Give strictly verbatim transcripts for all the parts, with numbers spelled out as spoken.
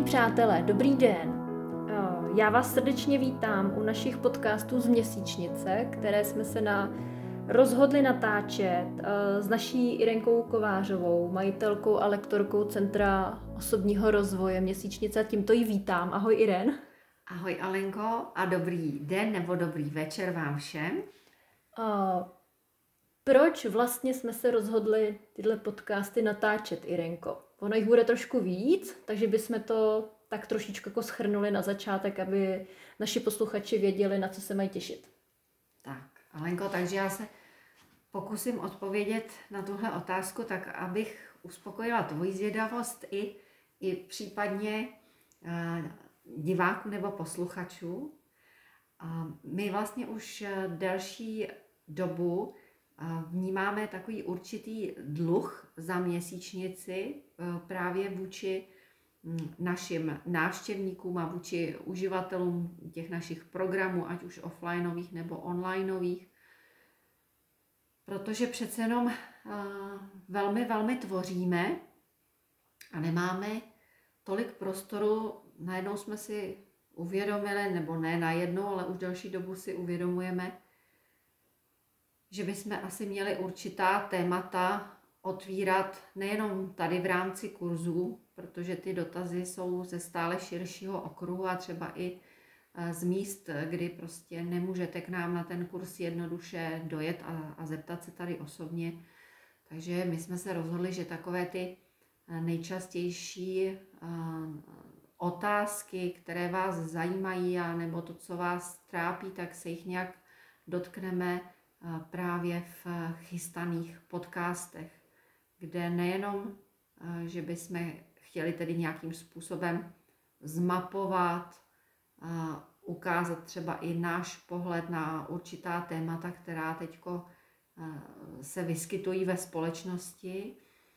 přátelé, dobrý den. Já vás srdečně vítám u našich podcastů z Měsíčnice, které jsme se na rozhodli natáčet s naší Irenkou Kovářovou, majitelkou a lektorkou Centra osobního rozvoje Měsíčnice. Tímto ji vítám. Ahoj Iren. Ahoj Alenko a dobrý den nebo dobrý večer vám všem. A proč vlastně jsme se rozhodli tyhle podcasty natáčet, Irenko? Ono jich bude trošku víc, takže bychom to tak trošičku jako shrnuli na začátek, aby naši posluchači věděli, na co se mají těšit. Tak, Alenko, takže já se pokusím odpovědět na tuhle otázku, tak abych uspokojila tvoji zvědavost i, i případně uh, diváků nebo posluchačů. Uh, my vlastně už delší dobu uh, vnímáme takový určitý dluh za Měsíčnici uh, právě vůči našim návštěvníkům a vůči uživatelům těch našich programů, ať už offlineových nebo onlineových, protože přece jenom uh, velmi, velmi tvoříme a nemáme tolik prostoru. Najednou jsme si uvědomili, nebo ne najednou, ale už delší dobu si uvědomujeme, že bychom asi měli určitá témata otvírat nejenom tady v rámci kurzů, protože ty dotazy jsou ze stále širšího okruhu a třeba i z míst, kdy prostě nemůžete k nám na ten kurz jednoduše dojet a, a zeptat se tady osobně. Takže my jsme se rozhodli, že takové ty nejčastější uh, otázky, které vás zajímají a nebo to, co vás trápí, tak se jich nějak dotkneme uh, právě v chystaných podcastech, kde nejenom, že bychom chtěli tedy nějakým způsobem zmapovat, ukázat třeba i náš pohled na určitá témata, která teďko se vyskytují ve společnosti,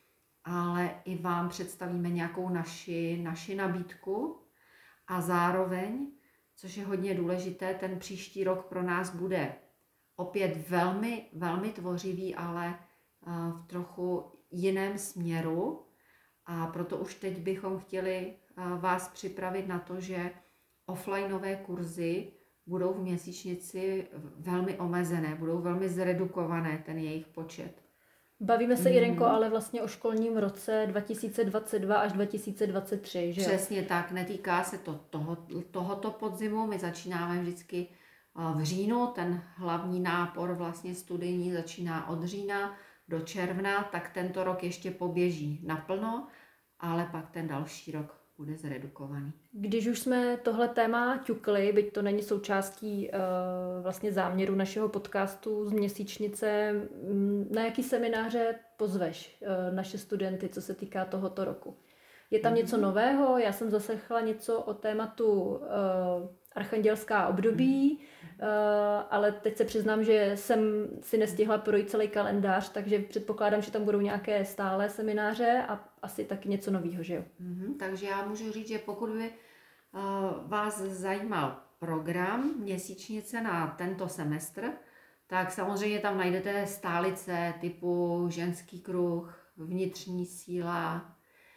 ale i vám představíme nějakou naši, naši nabídku a zároveň, což je hodně důležité, ten příští rok pro nás bude opět velmi, velmi tvořivý, ale v trochu jiném směru, a proto už teď bychom chtěli vás připravit na to, že offlineové kurzy budou v Měsíčnici velmi omezené, budou velmi zredukované, ten jejich počet. Bavíme se, Irenko, mm. ale vlastně o školním roce dva tisíce dvacet dva až dva tisíce dvacet tři, že? Přesně tak, netýká se to toho, tohoto podzimu, my začínáme vždycky v říjnu, ten hlavní nápor vlastně studijní začíná od října do června, tak tento rok ještě poběží naplno, ale pak ten další rok bude zredukovaný. Když už jsme tohle téma ťukli, byť to není součástí uh, vlastně záměru našeho podcastu z Měsíčnice, na jaký semináře pozveš uh, naše studenty, co se týká tohoto roku? Je tam mm-hmm. něco nového? Já jsem zaslechla něco o tématu uh, archandělská období, mm-hmm. uh, ale teď se přiznám, že jsem si nestihla projít celý kalendář, takže předpokládám, že tam budou nějaké stálé semináře a asi taky něco nového, že jo? Mm-hmm, takže já můžu říct, že pokud by uh, vás zajímal program Měsíčnice na tento semestr, tak samozřejmě tam najdete stálice typu ženský kruh, vnitřní síla,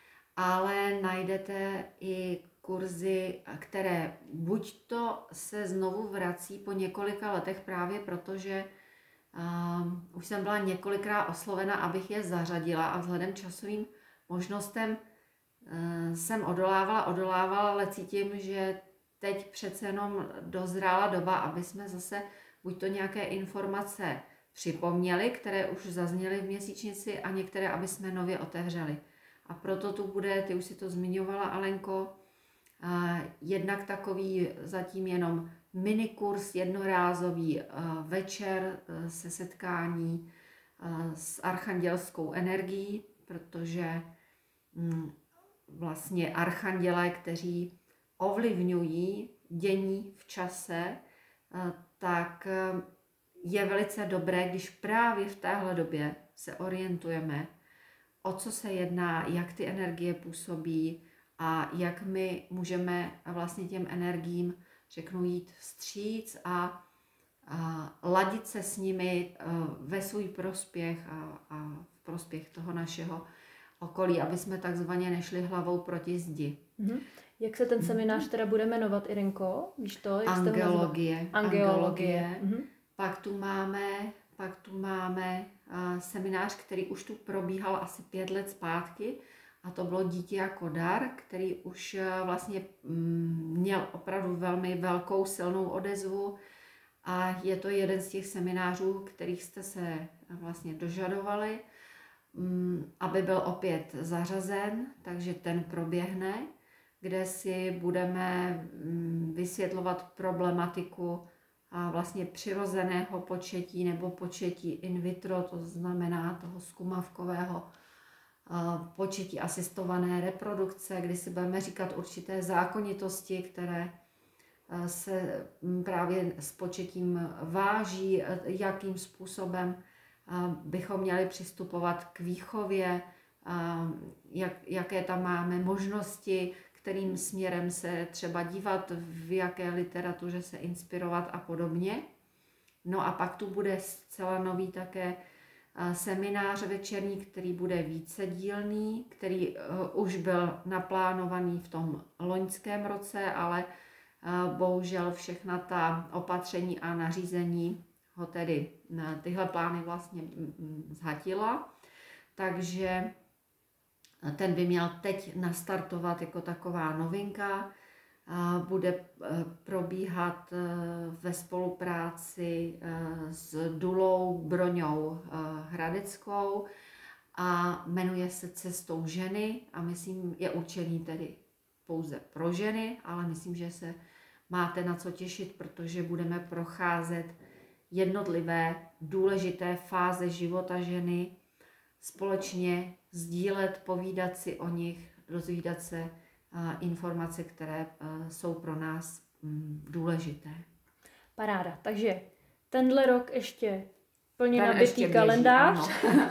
ale najdete i kurzy, které buď to se znovu vrací po několika letech právě protože uh, už jsem byla několikrát oslovena, abych je zařadila a vzhledem časovým možnostem uh, jsem odolávala, odolávala, ale cítím, že teď přece jenom dozrála doba, aby jsme zase buď to nějaké informace připomněli, které už zazněly v Měsíčnici, a některé, aby jsme nově otevřeli. A proto tu bude, ty už si to zmiňovala, Alenko, jednak takový zatím jenom minikurs, jednorázový večer se setkání s archandělskou energií, protože vlastně archandělé, kteří ovlivňují dění v čase, tak je velice dobré, když právě v téhle době se orientujeme, o co se jedná, jak ty energie působí a jak my můžeme vlastně těm energiím, řeknu, jít vstříc a, a ladit se s nimi ve svůj prospěch a, a v prospěch toho našeho okolí, aby jsme takzvaně nešli hlavou proti zdi. Mm-hmm. Jak se ten seminář teda bude jmenovat, Irenko? Víš to? Jak Angeologie. Angeologie. Angeologie. Mm-hmm. Pak tu máme, pak tu máme uh, seminář, který už tu probíhal asi pět let zpátky. A to bylo Dítě jako dar, který už uh, vlastně mm, měl opravdu velmi velkou silnou odezvu. A je to jeden z těch seminářů, kterých jste se vlastně dožadovali, um, aby byl opět zařazen, takže ten proběhne, kde si budeme um, vysvětlovat problematiku a vlastně přirozeného početí nebo početí in vitro, to znamená toho zkumavkového početí asistované reprodukce, kdy si budeme říkat určité zákonitosti, které se právě s početím váží, jakým způsobem bychom měli přistupovat k výchově, jak, jaké tam máme možnosti, kterým směrem se třeba dívat, v jaké literatuře se inspirovat a podobně. No a pak tu bude zcela nový také seminář večerní, který bude vícedílný, který už byl naplánovaný v tom loňském roce, ale bohužel všechna ta opatření a nařízení ho tedy tyhle plány vlastně zhatila. Takže ten by měl teď nastartovat jako taková novinka. Bude probíhat ve spolupráci s Dulou Broňou Hradeckou a jmenuje se Cestou ženy a myslím, je určený tedy pouze pro ženy, ale myslím, že se máte na co těšit, protože budeme procházet jednotlivé důležité fáze života ženy, společně sdílet, povídat si o nich, dozvídat se informace, které jsou pro nás důležité. Paráda. Takže tenhle rok ještě plně Ten nabitý ještě kalendář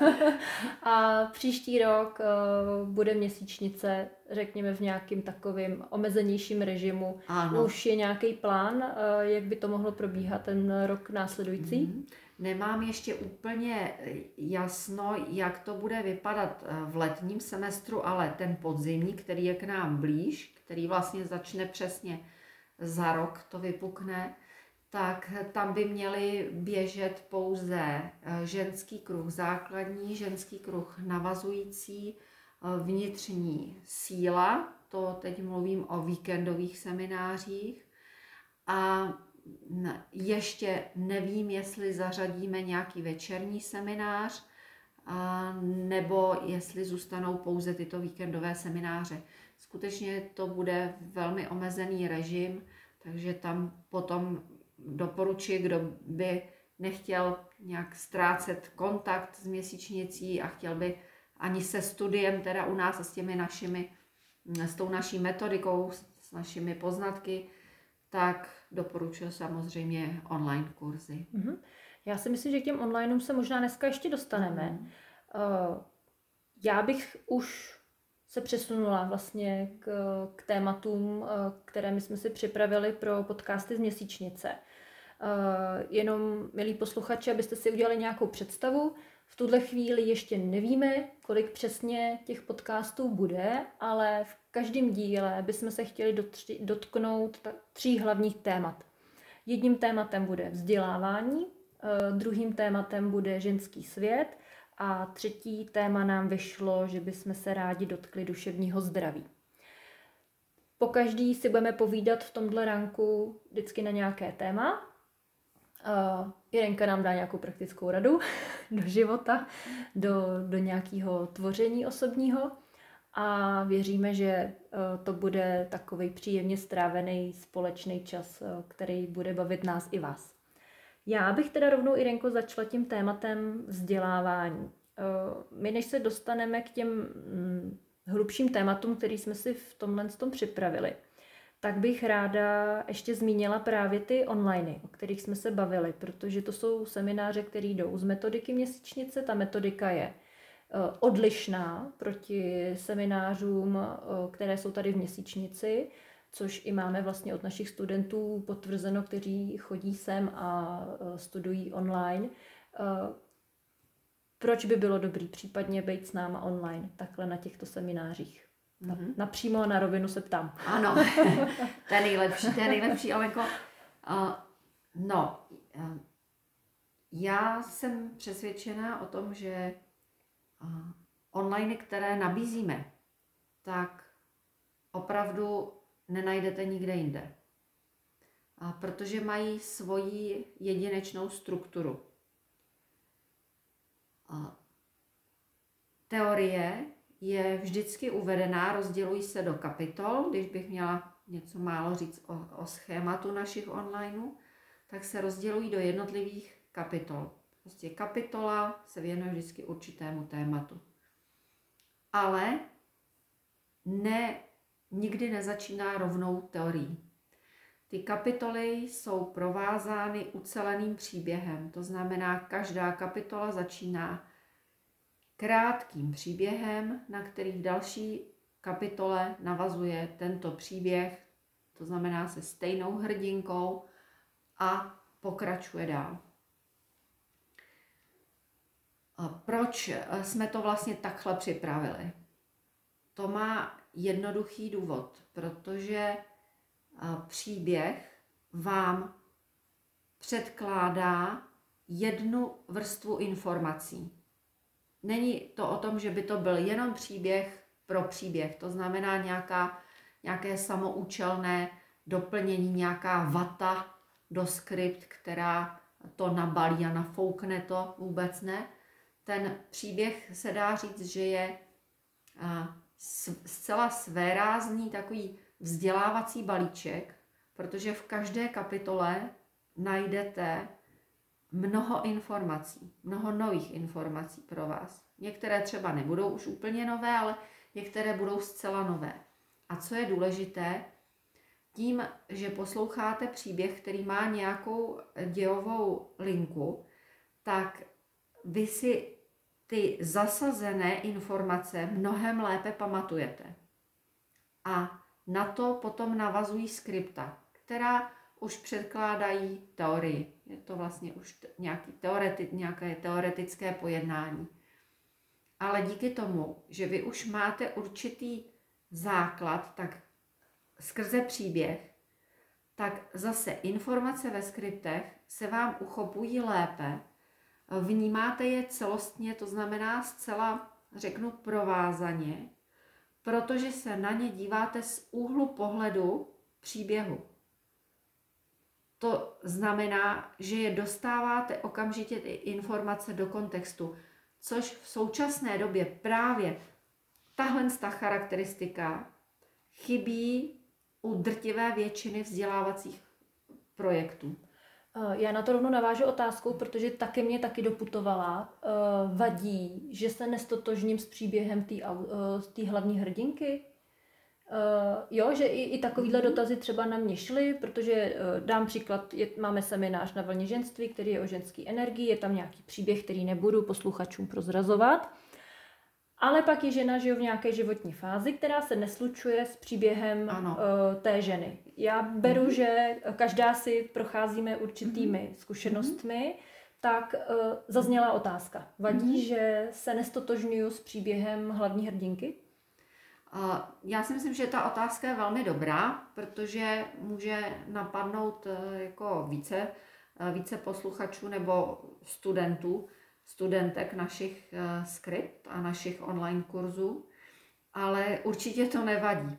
a příští rok uh, bude měsíčnice, řekněme v nějakým takovým omezenějším režimu. Ano. Už je nějaký plán, uh, jak by to mohlo probíhat ten rok následující? Mm. Nemám ještě úplně jasno, jak to bude vypadat v letním semestru, ale ten podzimní, který je k nám blíž, který vlastně začne přesně za rok, to vypukne, tak tam by měly běžet pouze ženský kruh základní, ženský kruh navazující, vnitřní síla, to teď mluvím o víkendových seminářích, a ještě nevím, jestli zařadíme nějaký večerní seminář, a nebo jestli zůstanou pouze tyto víkendové semináře. Skutečně to bude velmi omezený režim, takže tam potom doporučuji, kdo by nechtěl nějak ztrácet kontakt s měsíčnicí a chtěl by ani se studiem, teda u nás a s těmi našimi, s tou naší metodikou, s našimi poznatky, tak doporučuji samozřejmě online kurzy. Mm-hmm. Já si myslím, že k těm onlineům se možná dneska ještě dostaneme. Mm. Uh, já bych už se přesunula vlastně k, k tématům, které my jsme si připravili pro podcasty z měsíčnice. Uh, jenom, milí posluchači, abyste si udělali nějakou představu. V tuhle chvíli ještě nevíme, kolik přesně těch podcastů bude, ale v každém díle bychom se chtěli dotři, dotknout tří hlavních témat. Jedním tématem bude vzdělávání, uh, druhým tématem bude ženský svět a třetí téma nám vyšlo, že bychom se rádi dotkli duševního zdraví. Pokaždý si budeme povídat v tomhle ranku vždycky na nějaké téma. Uh, Jirenka nám dá nějakou praktickou radu do života, do, do nějakého tvoření osobního a věříme, že uh, to bude takový příjemně strávený společný čas, uh, který bude bavit nás i vás. Já bych teda rovnou, Jirenko, začala tím tématem vzdělávání. Uh, my než se dostaneme k těm mm, hlubším tématům, který jsme si v tomhle tom připravili, tak bych ráda ještě zmínila právě ty online, o kterých jsme se bavili, protože to jsou semináře, které jdou z metodiky měsíčnice. Ta metodika je odlišná proti seminářům, které jsou tady v měsíčnici, což i máme vlastně od našich studentů potvrzeno, kteří chodí sem a studují online. Proč by bylo dobrý případně být s náma online, takhle na těchto seminářích? Mm-hmm. Napřímo a na rovinu se ptám. Ano, to je nejlepší, to je nejlepší, Alenko. Uh, no, uh, já jsem přesvědčená o tom, že uh, online, které nabízíme, tak opravdu nenajdete nikde jinde. Uh, protože mají svoji jedinečnou strukturu. Uh, teorie je vždycky uvedená, rozdělují se do kapitol. Když bych měla něco málo říct o, o schématu našich onlineů, tak se rozdělují do jednotlivých kapitol. Prostě kapitola se věnuje vždycky určitému tématu. Ale ne, nikdy nezačíná rovnou teorií. Ty kapitoly jsou provázány uceleným příběhem. To znamená, každá kapitola začíná krátkým příběhem, na který v další kapitole navazuje tento příběh, to znamená se stejnou hrdinkou a pokračuje dál. A proč jsme to vlastně takhle připravili? To má jednoduchý důvod, protože příběh vám předkládá jednu vrstvu informací. Není to o tom, že by to byl jenom příběh pro příběh. To znamená nějaká, nějaké samoučelné doplnění, nějaká vata do skript, která to nabalí a nafoukne to, vůbec ne. Ten příběh se dá říct, že je zcela svérázný takový vzdělávací balíček, protože v každé kapitole najdete mnoho informací, mnoho nových informací pro vás. Některé třeba nebudou už úplně nové, ale některé budou zcela nové. A co je důležité, tím, že posloucháte příběh, který má nějakou dějovou linku, tak vy si ty zasazené informace mnohem lépe pamatujete. A na to potom navazují skripta, která už předkládají teorii. Je to vlastně už nějaký teoreti, nějaké teoretické pojednání. Ale díky tomu, že vy už máte určitý základ, tak skrze příběh, tak zase informace ve skriptech se vám uchopují lépe, vnímáte je celostně, to znamená zcela, řeknu, provázaně, protože se na ně díváte z úhlu pohledu příběhu. To znamená, že je dostáváte okamžitě ty informace do kontextu, což v současné době právě tahle charakteristika chybí u drtivé většiny vzdělávacích projektů. Já na to rovnou navážu otázkou, protože taky mě taky doputovala. Vadí, že se nestotožním s příběhem té hlavní hrdinky? Uh, jo, že i, i takovýhle mm-hmm. dotazy třeba na mě šly, protože uh, dám příklad, je, máme seminář na vlně ženství, který je o ženské energii, je tam nějaký příběh, který nebudu posluchačům prozrazovat, ale pak je žena, žije v nějaké životní fázi, která se neslučuje s příběhem uh, té ženy. Já beru, mm-hmm. že každá si procházíme určitými mm-hmm. zkušenostmi, tak uh, zazněla otázka. Vadí, mm-hmm. že se nestotožňuju s příběhem hlavní hrdinky? Já si myslím, že ta otázka je velmi dobrá, protože může napadnout jako více, více posluchačů nebo studentů, studentek našich skript a našich online kurzů, ale určitě to nevadí.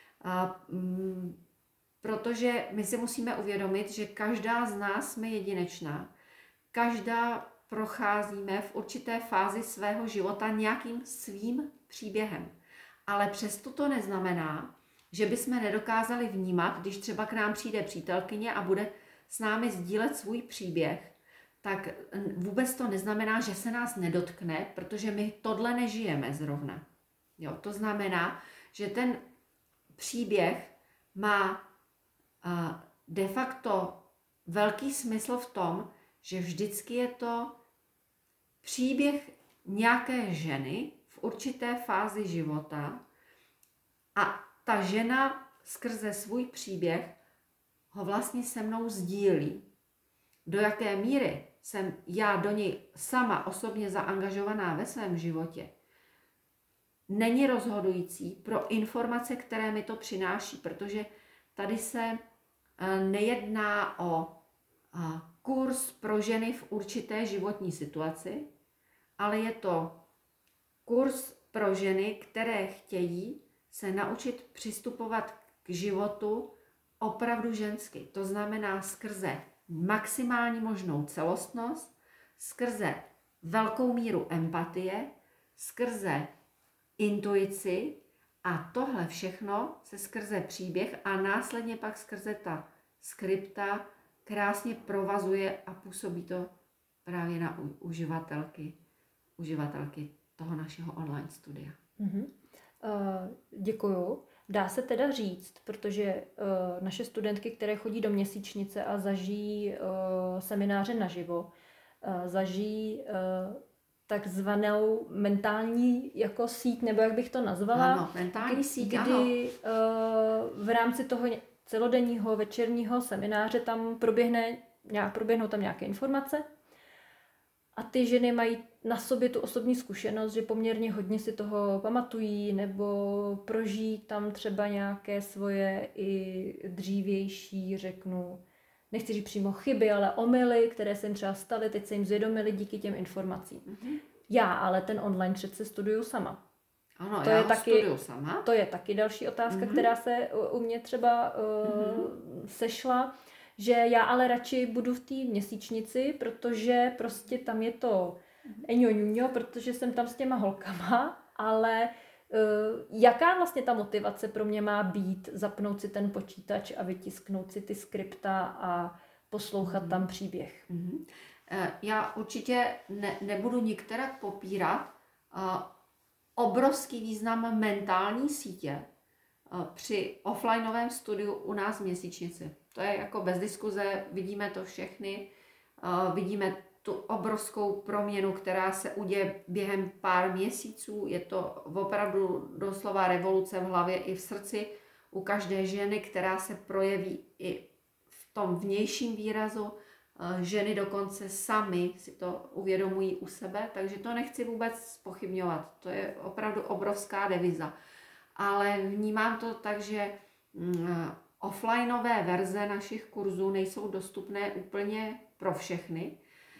Protože my si musíme uvědomit, že každá z nás jsme jedinečná. Každá procházíme v určité fázi svého života nějakým svým příběhem. Ale přesto to neznamená, že bychom nedokázali vnímat, když třeba k nám přijde přítelkyně a bude s námi sdílet svůj příběh, tak vůbec to neznamená, že se nás nedotkne, protože my tohle nežijeme zrovna. Jo, to znamená, že ten příběh má uh, de facto velký smysl v tom, že vždycky je to příběh nějaké ženy v určité fázi života a ta žena skrze svůj příběh ho vlastně se mnou sdílí. Do jaké míry jsem já do něj sama osobně zaangažovaná ve svém životě, není rozhodující pro informace, které mi to přináší, protože tady se nejedná o kurz pro ženy v určité životní situaci, ale je to kurz pro ženy, které chtějí se naučit přistupovat k životu opravdu žensky. To znamená skrze maximální možnou celostnost, skrze velkou míru empatie, skrze intuici a tohle všechno se skrze příběh a následně pak skrze ta skripta krásně provazuje a působí to právě na uživatelky, uživatelky toho našeho online studia. Mm-hmm. Uh, děkuju. Dá se teda říct, protože uh, naše studentky, které chodí do měsíčnice a zažijí uh, semináře naživo, uh, zažijí uh, takzvanou mentální jako síť, nebo jak bych to nazvala. Ano, mentální síť, kdy ano. Uh, v rámci toho celodenního večerního semináře tam proběhne, nějak, proběhnou tam nějaké informace a ty ženy mají na sobě tu osobní zkušenost, že poměrně hodně si toho pamatují nebo prožijí tam třeba nějaké svoje i dřívější, řeknu, nechci říct přímo chyby, ale omyly, které se jim třeba staly, teď se jim zvědomily díky těm informacím. Mm-hmm. Já ale ten online přece studuju sama. Ano, to já je taky, studuju sama. To je taky další otázka, mm-hmm. která se u mě třeba uh, mm-hmm. sešla, že já ale radši budu v té měsíčnici, protože prostě tam je to eňoňuňo, protože jsem tam s těma holkama, ale uh, jaká vlastně ta motivace pro mě má být zapnout si ten počítač a vytisknout si ty skripta a poslouchat mm-hmm. tam příběh? Mm-hmm. Já určitě ne, nebudu nikterak popírat uh, obrovský význam mentální sítě uh, při offlineovém studiu u nás v měsíčnici. To je jako bez diskuze, vidíme to všechny, uh, vidíme tu obrovskou proměnu, která se uděje během pár měsíců. Je to opravdu doslova revoluce v hlavě i v srdci u každé ženy, která se projeví i v tom vnějším výrazu. Ženy dokonce sami si to uvědomují u sebe, takže to nechci vůbec zpochybňovat. To je opravdu obrovská deviza. Ale vnímám to tak, že offlineové verze našich kurzů nejsou dostupné úplně pro všechny.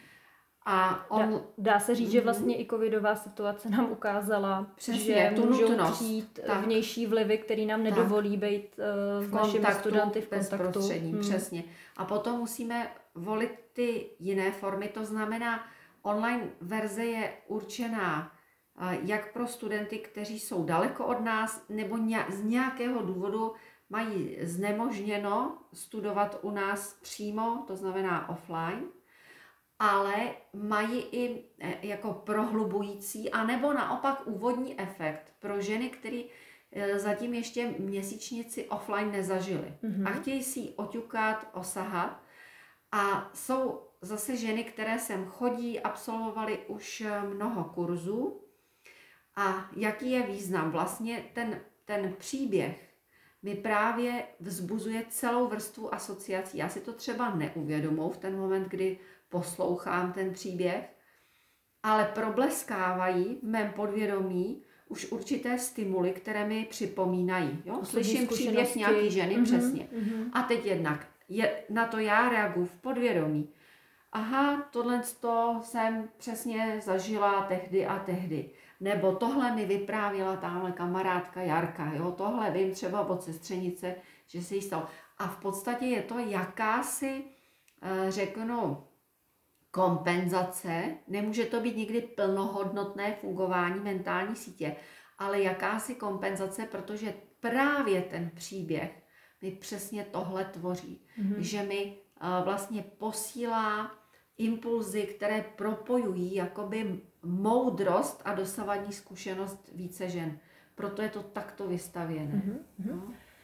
A on... dá, dá se říct, mm-hmm. že vlastně i covidová situace nám ukázala, přesně, že tu můžou nutnost. přijít tak. vnější vlivy, které nám nedovolí tak. být uh, s našimi studenty v kontaktu. Bezprostředním, hmm. přesně. A potom musíme volit ty jiné formy, to znamená, online verze je určená uh, jak pro studenty, kteří jsou daleko od nás, nebo ně, z nějakého důvodu mají znemožněno studovat u nás přímo, to znamená offline, ale mají i jako prohlubující, anebo naopak úvodní efekt pro ženy, které zatím ještě měsíčnici offline nezažily. Mm-hmm. A chtějí si ji oťukat, osahat. A jsou zase ženy, které sem chodí, absolvovaly už mnoho kurzů. A jaký je význam? Vlastně ten, ten příběh mi právě vzbuzuje celou vrstvu asociací. Já si to třeba neuvědomuji v ten moment, kdy poslouchám ten příběh, ale probleskávají v mém podvědomí už určité stimuly, které mi připomínají. Jo? Slyším příběh nějaký ženy, mm-hmm, přesně. Mm-hmm. A teď jednak je, na to já reaguju v podvědomí. Aha, tohle jsem přesně zažila tehdy a tehdy. Nebo tohle mi vyprávěla tamhle kamarádka Jarka. Jo? Tohle vím třeba od sestřenice, že se jí stalo. A v podstatě je to jakási, řeknu, kompenzace, nemůže to být nikdy plnohodnotné fungování mentální sítě, ale jakási kompenzace, protože právě ten příběh mi přesně tohle tvoří, mm-hmm. že mi uh, vlastně posílá impulzy, které propojují jakoby moudrost a dosavadní zkušenost více žen. Proto je to takto vystavěné. Mm-hmm. No.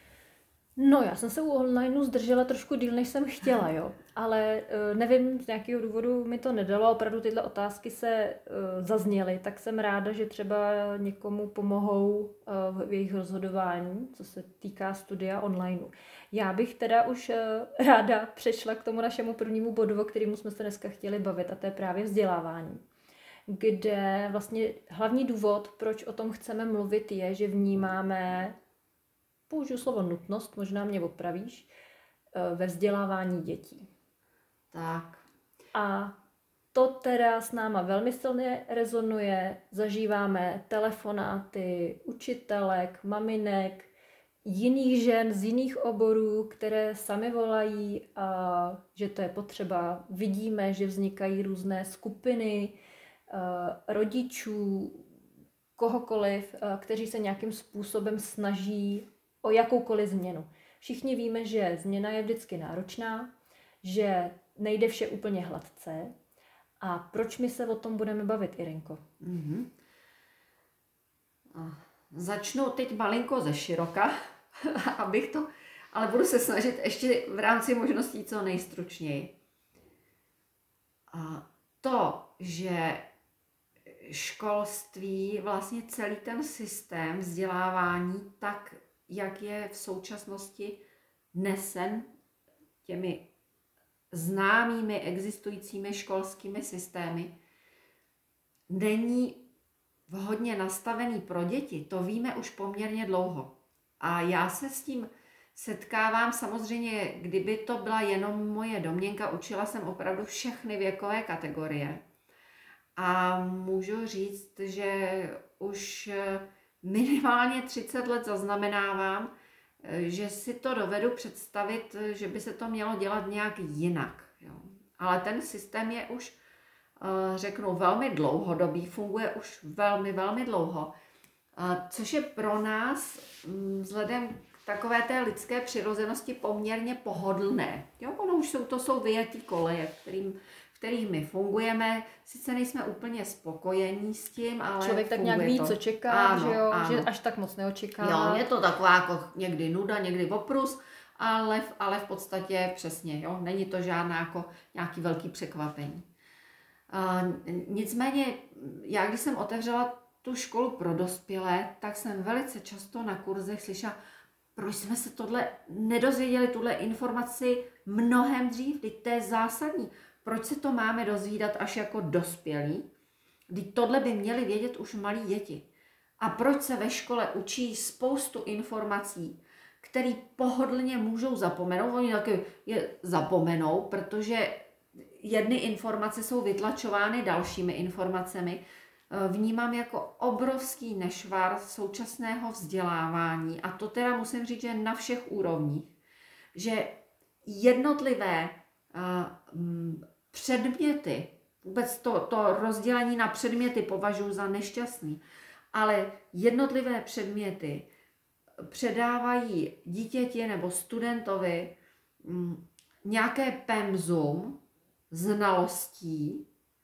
No, já jsem se u onlineu zdržela trošku díl, než jsem chtěla, jo. Ale uh, nevím, z nějakého důvodu mi to nedalo, opravdu tyhle otázky se uh, zazněly, tak jsem ráda, že třeba někomu pomohou uh, v jejich rozhodování, co se týká studia onlineu. Já bych teda už uh, ráda přešla k tomu našemu prvnímu bodu, o kterému jsme se dneska chtěli bavit, a to je právě vzdělávání. kde vlastně hlavní důvod, proč o tom chceme mluvit, je, že vnímáme, použiju slovo nutnost, možná mě opravíš, ve vzdělávání dětí. Tak. A to teda s náma velmi silně rezonuje, zažíváme telefonáty učitelek, maminek, jiných žen z jiných oborů, které sami volají, a že to je potřeba. Vidíme, že vznikají různé skupiny rodičů, kohokoliv, kteří se nějakým způsobem snaží o jakoukoliv změnu. Všichni víme, že změna je vždycky náročná, že nejde vše úplně hladce. A proč my se o tom budeme bavit, Irinko? Mm-hmm. Začnu teď malinko ze široka, abych to, ale budu se snažit ještě v rámci možností co nejstručněji. A to, že školství, vlastně celý ten systém vzdělávání, tak jak je v současnosti nesen těmi známými existujícími školskými systémy, není vhodně nastavený pro děti, to víme už poměrně dlouho. A já se s tím setkávám samozřejmě, kdyby to byla jenom moje domněnka, učila jsem opravdu všechny věkové kategorie. A můžu říct, že už minimálně třicet let zaznamenávám, že si to dovedu představit, že by se to mělo dělat nějak jinak. Jo. Ale ten systém je už, řeknu, velmi dlouhodobý, funguje už velmi, velmi dlouho. Což je pro nás vzhledem k takové té lidské přirozenosti poměrně pohodlné. Jo, ono už jsou, to jsou vyjetý koleje, kterým, v kterých my fungujeme. Sice nejsme úplně spokojení s tím, ale člověk tak nějak ví, to. co čeká, ano, že, jo? Ano. Že až tak moc neočekává. Jo, je to taková jako někdy nuda, někdy oprus, ale, ale v podstatě přesně, jo, není to žádná jako nějaký velký překvapení. Uh, nicméně, já když jsem otevřela tu školu pro dospělé, tak jsem velice často na kurzech slyšela, proč jsme se tohle nedozvěděli, tuhle informaci mnohem dřív, teď to je zásadní. Proč se to máme dozvídat až jako dospělí? Teď tohle by měli vědět už malí děti. A proč se ve škole učí spoustu informací, které pohodlně můžou zapomenout? Oni taky je zapomenou, protože jedny informace jsou vytlačovány dalšími informacemi. Vnímám jako obrovský nešvar současného vzdělávání, a to teda musím říct, že na všech úrovních, že jednotlivé uh, předměty, vůbec to, to rozdělení na předměty považuji za nešťastný, ale jednotlivé předměty předávají dítěti nebo studentovi um, nějaké pemzum znalostí,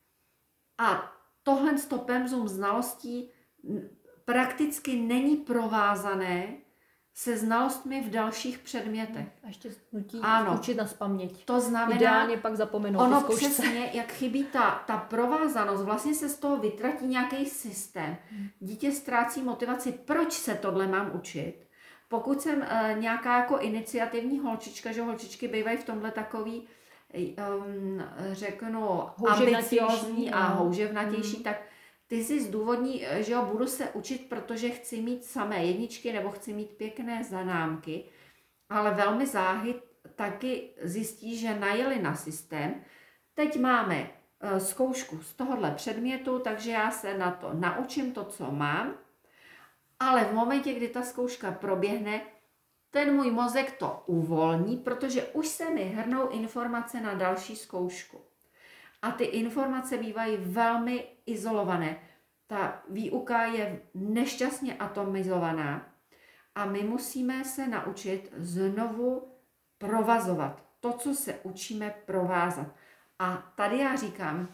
a tohle pemzum znalostí prakticky není provázané se znalostmi v dalších předmětech. A ještě nutí ano. učit na spaměť. To znamená, ideálně pak zapomenout ono ty zkoušce. přesně, jak chybí ta, ta provázanost, vlastně se z toho vytratí nějaký systém. Dítě ztrácí motivaci, proč se tohle mám učit. Pokud jsem uh, nějaká jako iniciativní holčička, že holčičky bývají v tomhle takový, um, řeknu, ambiciózní a houževnatější, hmm. tak ty si zdůvodní, že jo, budu se učit, protože chci mít samé jedničky nebo chci mít pěkné zanámky, ale velmi záhy taky zjistí, že najeli na systém. Teď máme uh, zkoušku z tohohle předmětu, takže já se na to naučím to, co mám, ale v momentě, kdy ta zkouška proběhne, ten můj mozek to uvolní, protože už se mi hrnou informace na další zkoušku. A ty informace bývají velmi izolované. Ta výuka je nešťastně atomizovaná a my musíme se naučit znovu provazovat. To, co se učíme, provázat. A tady já říkám,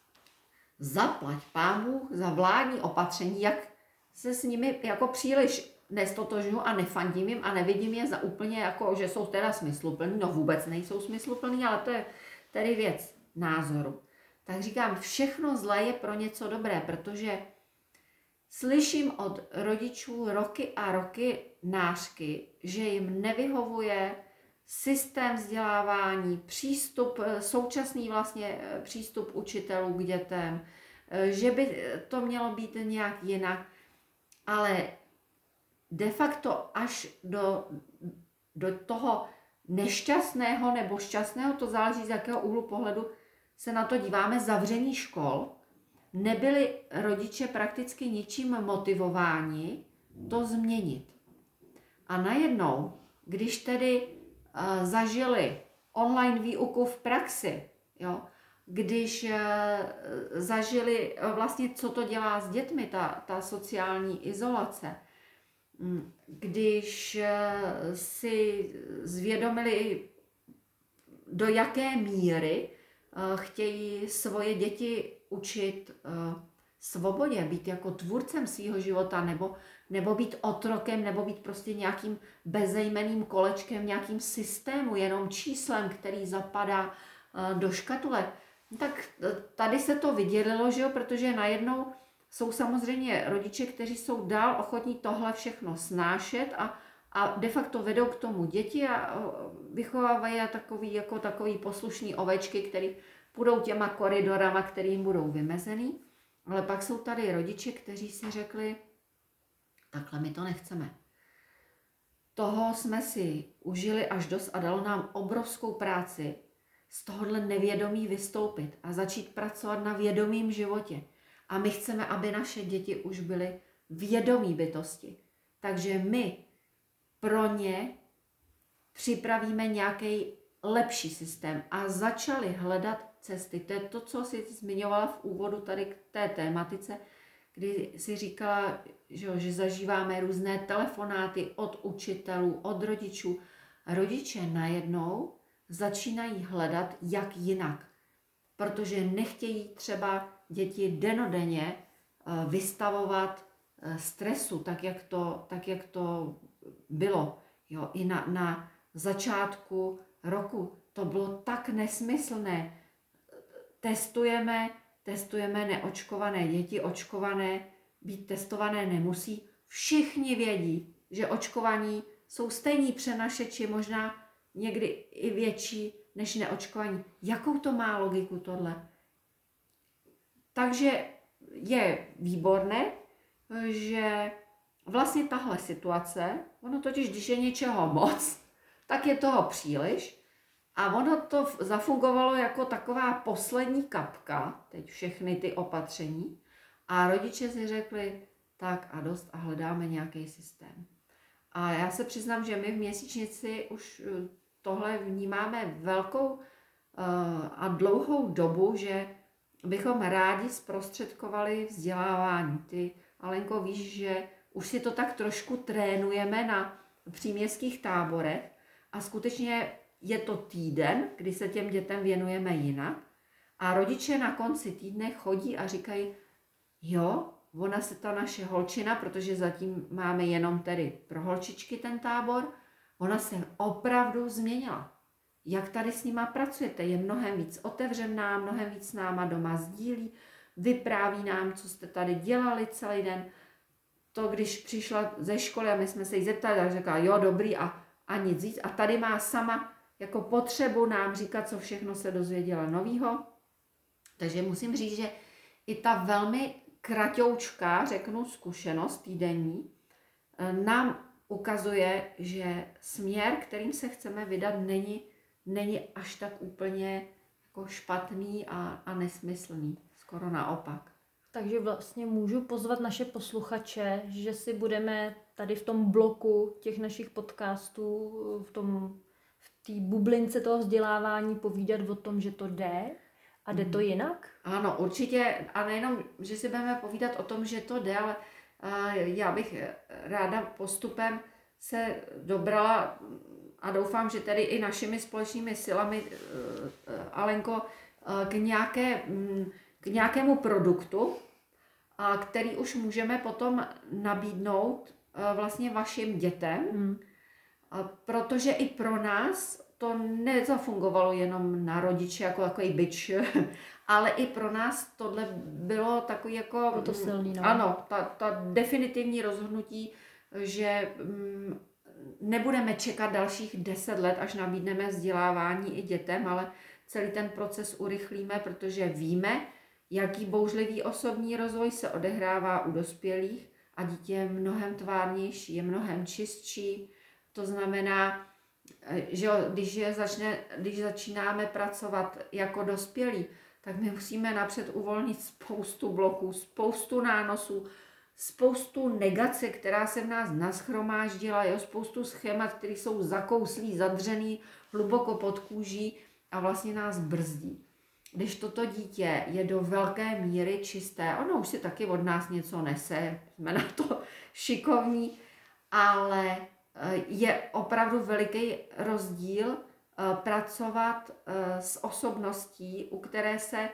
zaplať Pán Bůh za vládní opatření, jak se s nimi jako příliš nestotožňuji a nefandím jim a nevidím je za úplně jako, že jsou teda smysluplný. No vůbec nejsou smysluplný, ale to je tedy věc názoru. Tak říkám, všechno zlé je pro něco dobré, protože slyším od rodičů roky a roky nářky, že jim nevyhovuje systém vzdělávání, přístup, současný vlastně přístup učitelů k dětem, že by to mělo být nějak jinak, ale de facto až do, do toho nešťastného nebo šťastného, to záleží z jakého úhlu pohledu se na to díváme, zavření škol, nebyli rodiče prakticky ničím motivováni to změnit. A najednou, když tedy uh, zažili online výuku v praxi, jo, když uh, zažili uh, vlastně, co to dělá s dětmi, ta, ta sociální izolace, když uh, si zvědomili, do jaké míry uh, chtějí svoje děti učit uh, svobodě, být jako tvůrcem svého života, nebo, nebo být otrokem, nebo být prostě nějakým bezejmenným kolečkem, nějakým systému, jenom číslem, který zapadá uh, do škatule. Tak tady se to vydělilo, že jo, protože najednou jsou samozřejmě rodiče, kteří jsou dál ochotní tohle všechno snášet a, a de facto vedou k tomu děti a vychovávají takový, jako takový poslušný ovečky, který půjdou těma koridorama, který jim budou vymezený. Ale pak jsou tady rodiče, kteří si řekli, takhle my to nechceme. Toho jsme si užili až dost a dalo nám obrovskou práci z tohohle nevědomí vystoupit a začít pracovat na vědomém životě. A my chceme, aby naše děti už byly vědomí bytosti. Takže my pro ně připravíme nějaký lepší systém a začali hledat cesty. To je to, co jsi zmiňovala v úvodu tady k té tématice, kdy si říkala, že, že zažíváme různé telefonáty od učitelů, od rodičů. Rodiče najednou začínají hledat, jak jinak, protože nechtějí třeba děti denodenně vystavovat stresu, tak jak to, tak jak to bylo. Jo, i na, na začátku roku to bylo tak nesmyslné. Testujeme, testujeme neočkované děti, očkované být testované nemusí. Všichni vědí, že očkovaní jsou stejní přenašeči, možná někdy i větší než neočkovaní. Jakou to má logiku tohle? Takže je výborné, že vlastně tahle situace, ono totiž, když je něčeho moc, tak je toho příliš a ono to zafungovalo jako taková poslední kapka, teď všechny ty opatření a rodiče si řekli, tak a dost a hledáme nějaký systém. A já se přiznám, že my v Měsíčnici už tohle vnímáme velkou uh, a dlouhou dobu, že bychom rádi zprostředkovali vzdělávání. Ty, Alenko, víš, že už si to tak trošku trénujeme na příměstských táborech a skutečně je to týden, kdy se těm dětem věnujeme jinak a rodiče na konci týdne chodí a říkají, jo, ona se ta naše holčina, protože zatím máme jenom tedy pro holčičky ten tábor, ona se opravdu změnila. Jak tady s nima pracujete? Je mnohem víc otevřená, mnohem víc s náma doma sdílí, vypráví nám, co jste tady dělali celý den. To, když přišla ze školy a my jsme se jí zeptali, tak řekla, jo, dobrý a, a nic víc. A tady má sama jako potřebu nám říkat, co všechno se dozvěděla novýho. Takže musím říct, že i ta velmi kratoučká, řeknu, zkušenost týdenní nám ukazuje, že směr, kterým se chceme vydat, není, není až tak úplně jako špatný a, a nesmyslný. Skoro naopak. Takže vlastně můžu pozvat naše posluchače, že si budeme tady v tom bloku těch našich podcastů, v tom, v té bublince toho vzdělávání povídat o tom, že to jde a jde to jinak? Ano, určitě. A nejenom, že si budeme povídat o tom, že to jde, ale já bych ráda postupem se dobrala a doufám, že tedy i našimi společnými silami, Alenko, k, nějaké, k nějakému produktu, který už můžeme potom nabídnout vlastně vašim dětem, hmm. protože i pro nás to nezafungovalo jenom na rodiče jako takový bič, ale i pro nás tohle bylo takový jako... Bylo to silný, no. Ano, ta, ta definitivní rozhodnutí, že mm, nebudeme čekat dalších deset let, až nabídneme vzdělávání i dětem, ale celý ten proces urychlíme, protože víme, jaký bouřlivý osobní rozvoj se odehrává u dospělých a dítě je mnohem tvárnější, je mnohem čistší. To znamená, že jo, když, je začne, když začínáme pracovat jako dospělí, tak my musíme napřed uvolnit spoustu bloků, spoustu nánosů, spoustu negace, která se v nás naschromáždila, jo, spoustu schémat, které jsou zakouslí, zadřený hluboko pod kůží a vlastně nás brzdí. Když toto dítě je do velké míry čisté, ono už si taky od nás něco nese, jsme na to šikovní, ale je opravdu veliký rozdíl pracovat s osobností, u které se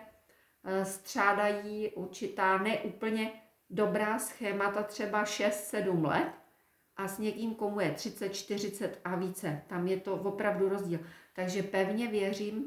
střádají určitá neúplně dobrá schémata, třeba šest sedm let, a s někým, komu je třicet, čtyřicet a více. Tam je to opravdu rozdíl. Takže pevně věřím,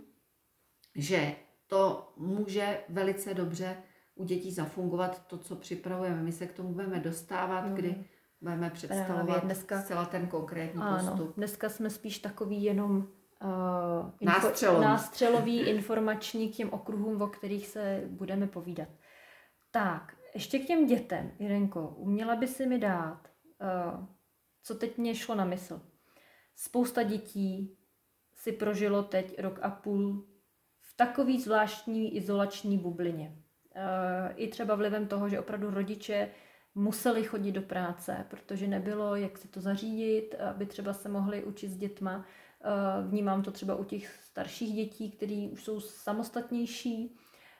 že to může velice dobře u dětí zafungovat, to, co připravujeme. My se k tomu budeme dostávat, mm. kdy budeme představovat dneska, zcela ten konkrétní ano, postup. Dneska jsme spíš takový jenom uh, nástřelový. nástřelový informační k těm okruhům, o kterých se budeme povídat. Tak, ještě k těm dětem, Jirenko, uměla by si mi dát, uh, co teď mě šlo na mysl. Spousta dětí si prožilo teď rok a půl v takový zvláštní izolační bublině. Uh, I třeba vlivem toho, že opravdu rodiče museli chodit do práce, protože nebylo, jak si to zařídit, aby třeba se mohli učit s dětma. Vnímám to třeba u těch starších dětí, který už jsou samostatnější.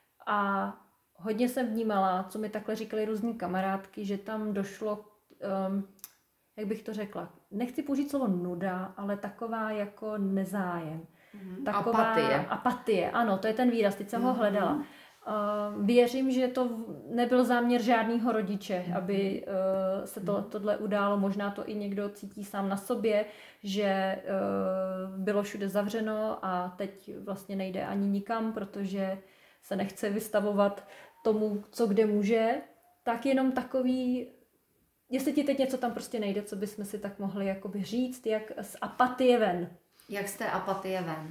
A hodně jsem vnímala, co mi takhle říkali různí kamarádky, že tam došlo, um, jak bych to řekla, nechci použít slovo nuda, ale taková jako nezájem. Mm-hmm. Taková apatie. Apatie, ano, to je ten výraz, teď jsem mm-hmm. ho hledala. Uh, věřím, že to nebyl záměr žádného rodiče, mm. aby uh, se to, tohle událo. Možná to i někdo cítí sám na sobě, že uh, bylo všude zavřeno a teď vlastně nejde ani nikam, protože se nechce vystavovat tomu, co kde může. Tak jenom takový, jestli ti teď něco tam prostě nejde, co bychom si tak mohli jakoby říct, jak z apatie ven. Jak z té apatie ven.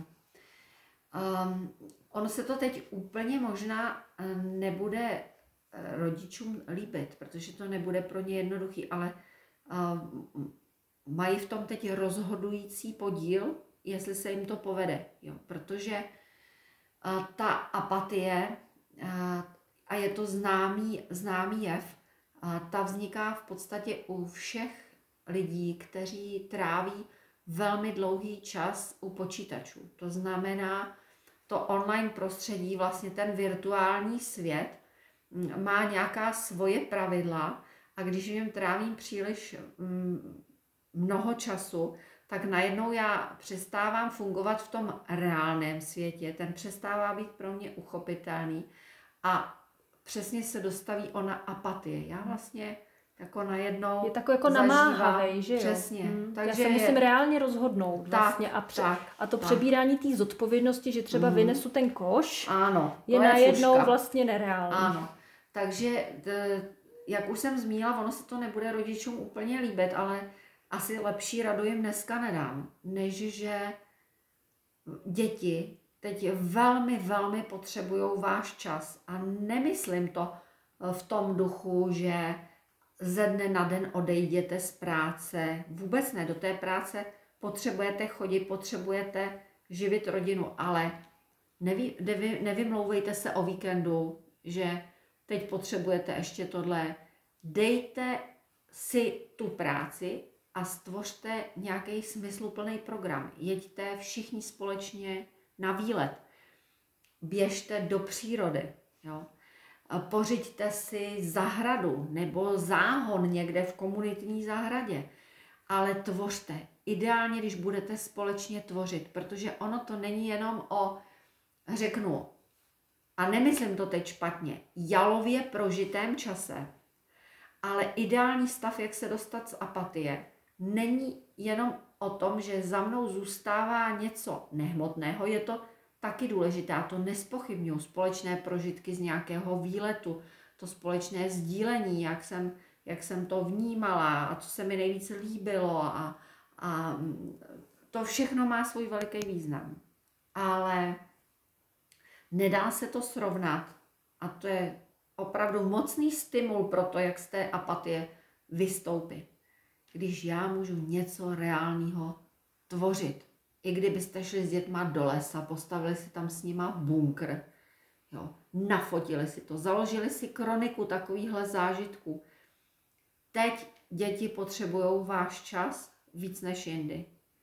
Um, ono se to teď úplně možná nebude rodičům líbit, protože to nebude pro ně jednoduchý, ale uh, mají v tom teď rozhodující podíl, jestli se jim to povede. Jo? Protože uh, ta apatie, uh, a je to známý, známý jev, uh, ta vzniká v podstatě u všech lidí, kteří tráví velmi dlouhý čas u počítačů. To znamená, to online prostředí, vlastně ten virtuální svět, má nějaká svoje pravidla a když v něm trávím příliš mnoho času, tak najednou já přestávám fungovat v tom reálném světě, ten přestává být pro mě uchopitelný a přesně se dostaví ona apatie. Já vlastně jako najednou je takový jako namáhavej, že jo? Přesně. Hmm. Takže já se musím je reálně rozhodnout tak, vlastně a, pře- tak, a to tak. přebírání té zodpovědnosti, že třeba mm. vynesu ten koš, ano, je, je najednou fuška. Vlastně nereálný. Ano, takže t, jak už jsem zmínila, ono se to nebude rodičům úplně líbit, ale asi lepší radu jim dneska nedám, než že děti teď velmi, velmi potřebují váš čas a nemyslím to v tom duchu, že ze dne na den odejděte z práce. Vůbec ne, do té práce potřebujete chodit, potřebujete živit rodinu, ale nevy, nevy, nevymlouvejte se o víkendu, že teď potřebujete ještě tohle. Dejte si tu práci a stvořte nějaký smysluplný program. Jeďte všichni společně na výlet. Běžte do přírody, jo. Pořiďte si zahradu nebo záhon někde v komunitní zahradě, ale tvořte. Ideálně, když budete společně tvořit, protože ono to není jenom o, řeknu, a nemyslím to teď špatně, jalově prožitém čase, ale ideální stav, jak se dostat z apatie, není jenom o tom, že za mnou zůstává něco nehmotného, je to taky důležité, a to nespochybňuji, společné prožitky z nějakého výletu, to společné sdílení, jak jsem, jak jsem to vnímala a co se mi nejvíce líbilo a, a to všechno má svůj veliký význam. Ale nedá se to srovnat A to je opravdu mocný stimul pro to, jak z té apatie vystoupit. Když já můžu něco reálného tvořit. I kdybyste šli s dětma do lesa, postavili si tam s nima bunkr, jo, nafotili si to, založili si kroniku takovýchhle zážitků. Teď děti potřebují váš čas víc než jindy.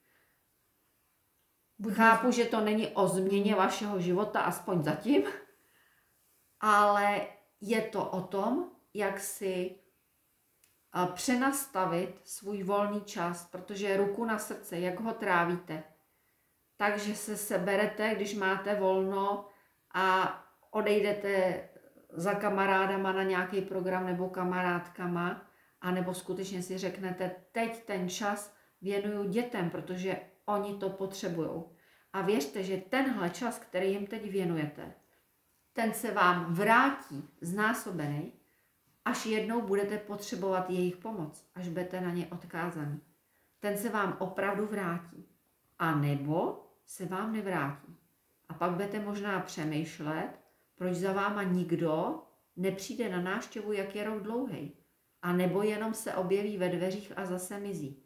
Buď Chápu, že to není o změně vašeho života, aspoň zatím, ale je to o tom, jak si přenastavit svůj volný čas, protože ruku na srdce, jak ho trávíte, takže se seberete, když máte volno a odejdete za kamarádama na nějaký program nebo kamarádkama, anebo skutečně si řeknete, teď ten čas věnuju dětem, protože oni to potřebují. A věřte, že tenhle čas, který jim teď věnujete, ten se vám vrátí znásobený, až jednou budete potřebovat jejich pomoc, až budete na ně odkázaný. Ten se vám opravdu vrátí. A nebo se vám nevrátí. A pak budete možná přemýšlet, proč za váma nikdo nepřijde na návštěvu, jak je rok dlouhej. A nebo jenom se objeví ve dveřích a zase mizí.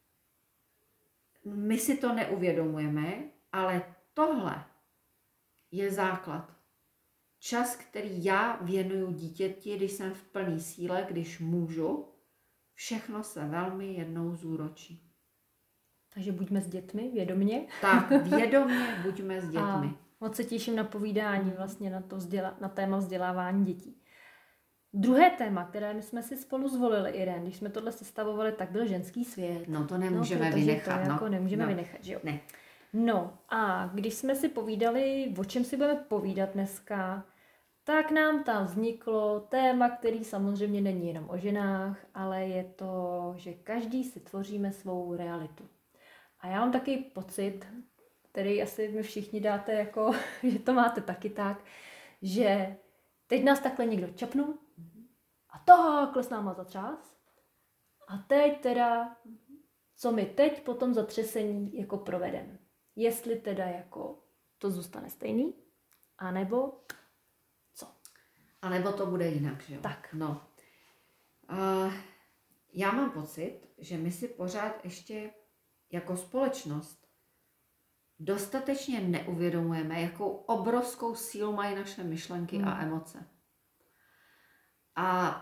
My si to neuvědomujeme, ale tohle je základ. Čas, který já věnuju dítěti, když jsem v plné síle, když můžu, všechno se velmi jednou zúročí. Takže buďme s dětmi, vědomě. Tak, vědomě buďme s dětmi. A moc se těším na povídání vlastně na, to vzděla, na téma vzdělávání dětí. Druhé téma, které my jsme si spolu zvolili, Irén, když jsme tohle sestavovali, tak byl ženský svět. No to nemůžeme no, vynechat. To jako no. nemůžeme no. vynechat, že jo? Ne. No a když jsme si povídali, o čem si budeme povídat dneska, tak nám tam vzniklo téma, který samozřejmě není jenom o ženách, ale je to, že každý si tvoříme svou realitu. A já mám taky pocit, který asi mi všichni dáte jako, že to máte taky tak, že teď nás takhle někdo čapnul a takhle s náma zatřás a teď teda, co my teď po tom zatřesení jako provedeme. Jestli teda jako to zůstane stejný, anebo co? A nebo to bude jinak, že jo? Tak. No. Uh, já mám pocit, že my si pořád ještě jako společnost dostatečně neuvědomujeme, jakou obrovskou sílu mají naše myšlenky hmm. a emoce. A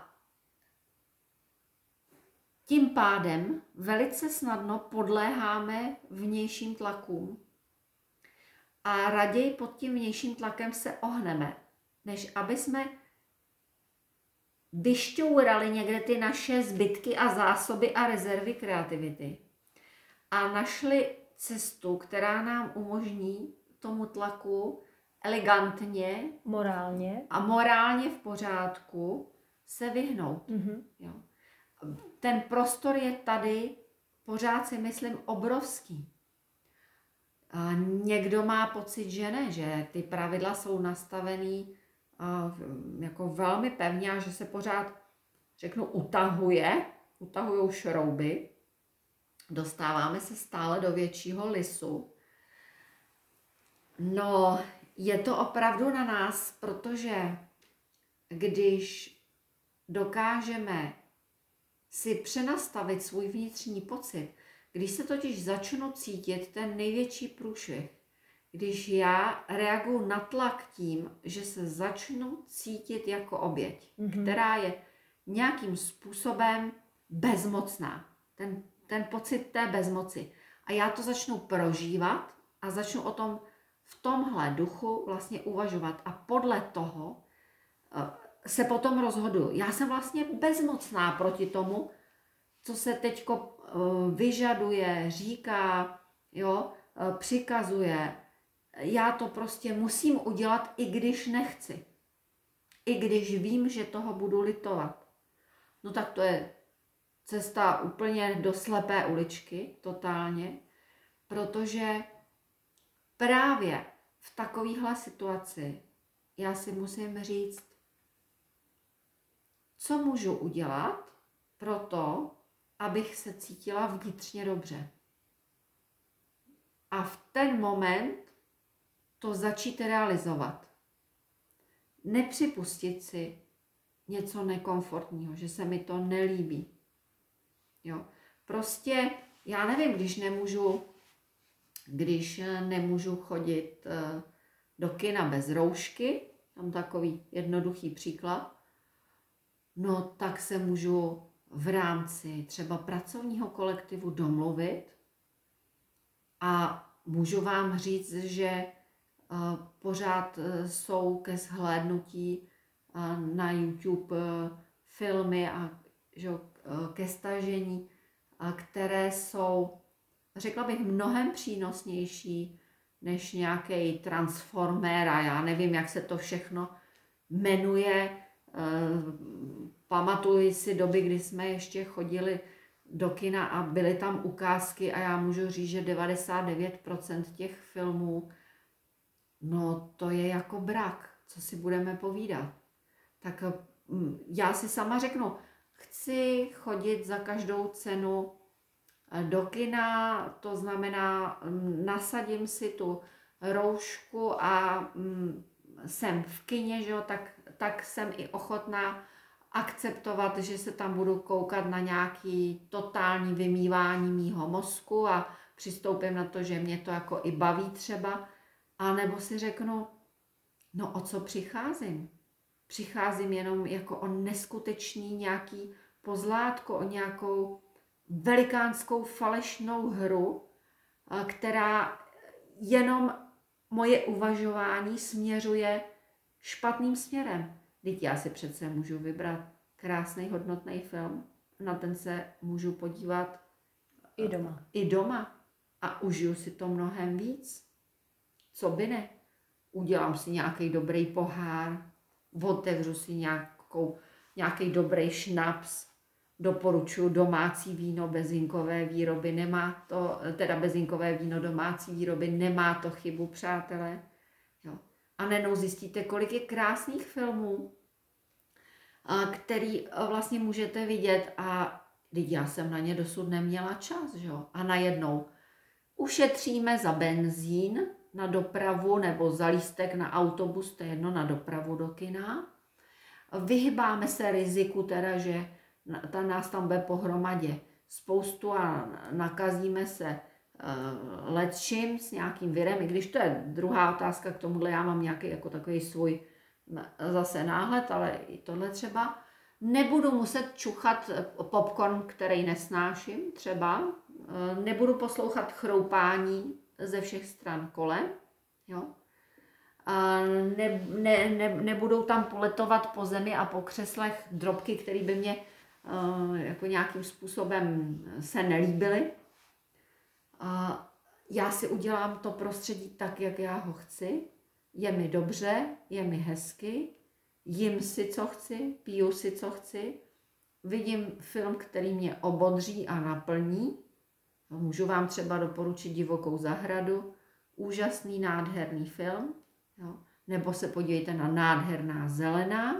tím pádem velice snadno podléháme vnějším tlakům a raději pod tím vnějším tlakem se ohneme, než aby jsme vyšťourali někde ty naše zbytky a zásoby a rezervy kreativity a našli cestu, která nám umožní tomu tlaku elegantně, morálně a morálně v pořádku se vyhnout. Mm-hmm. Jo. Ten prostor je tady, pořád si myslím, obrovský. A někdo má pocit, že ne, že ty pravidla jsou nastavený jako velmi pevně a že se pořád, řeknu, utahuje, utahujou šrouby. Dostáváme se stále do většího lisu. No, je to opravdu na nás, protože když dokážeme si přenastavit svůj vnitřní pocit, když se totiž začnu cítit ten největší průšvih, když já reaguju na tlak tím, že se začnu cítit jako oběť, mm-hmm. která je nějakým způsobem bezmocná. Ten, ten pocit té bezmoci. A já to začnu prožívat a začnu o tom v tomhle duchu vlastně uvažovat. A podle toho uh, se potom rozhoduju. Já jsem vlastně bezmocná proti tomu, co se teďko uh, vyžaduje, říká, jo, uh, přikazuje. Já to prostě musím udělat, i když nechci. I když vím, že toho budu litovat. No tak to je cesta úplně do slepé uličky, totálně, protože právě v takovéhle situaci já si musím říct, co můžu udělat pro to, abych se cítila vnitřně dobře. A v ten moment to začít realizovat. nepřipustit si něco nekomfortního, že se mi to nelíbí. Jo. Prostě, já nevím, když nemůžu, když nemůžu chodit do kina bez roušky, tam takový jednoduchý příklad, no tak se můžu v rámci třeba pracovního kolektivu domluvit a můžu vám říct, že pořád jsou ke shlédnutí na YouTube filmy a že, ke stažení, které jsou, řekla bych, mnohem přínosnější než nějaký Transformer a já nevím, jak se to všechno jmenuje. Pamatuji si doby, kdy jsme ještě chodili do kina a byly tam ukázky a já můžu říct, že devadesát devět procent těch filmů, no to je jako brak, co si budeme povídat. Tak já si sama řeknu, chci chodit za každou cenu do kina, to znamená, nasadím si tu roušku a jsem v kině, že jo, tak, tak jsem i ochotná akceptovat, že se tam budu koukat na nějaký totální vymývání mýho mozku a přistoupím na to, že mě to jako i baví třeba, a nebo si řeknu, no o co přicházím? Přicházím jenom jako o neskutečný nějaký pozlátko, o nějakou velikánskou falešnou hru, která jenom moje uvažování směřuje špatným směrem. Vždyť já si přece můžu vybrat krásný, hodnotný film, na ten se můžu podívat i doma. I doma a užiju si to mnohem víc. Co by ne? Udělám si nějaký dobrý pohár, otevřu si nějakou, nějaký dobrý šnaps, doporučuji domácí víno bezinkové výroby, nemá to, teda bezinkové víno domácí výroby, nemá to chybu, přátelé. Jo. A nenou zjistíte, kolik je krásných filmů, který vlastně můžete vidět a já jsem na ně dosud neměla čas, že jo? A najednou ušetříme za benzín na dopravu nebo za lístek na autobus, to je jedno, na dopravu do kina. Vyhybáme se riziku teda, že ta nás tam bude pohromadě spoustu a nakazíme se uh, letčím s nějakým virem, i když to je druhá otázka k tomuhle, já mám nějaký jako takový svůj zase náhled, ale i tohle třeba. Nebudu muset čuchat popcorn, který nesnáším třeba, uh, nebudu poslouchat chroupání ze všech stran kolem, jo. A ne, ne, ne, nebudou tam poletovat po zemi a po křeslech drobky, které by mě uh, jako nějakým způsobem se nelíbily. A já si udělám to prostředí tak, jak já ho chci. Je mi dobře, je mi hezky, jim si, co chci, piju si, co chci. Vidím film, který mě obodří a naplní. Můžu vám třeba doporučit Divokou zahradu, úžasný, nádherný film. Jo. Nebo se podívejte na Nádherná zelená,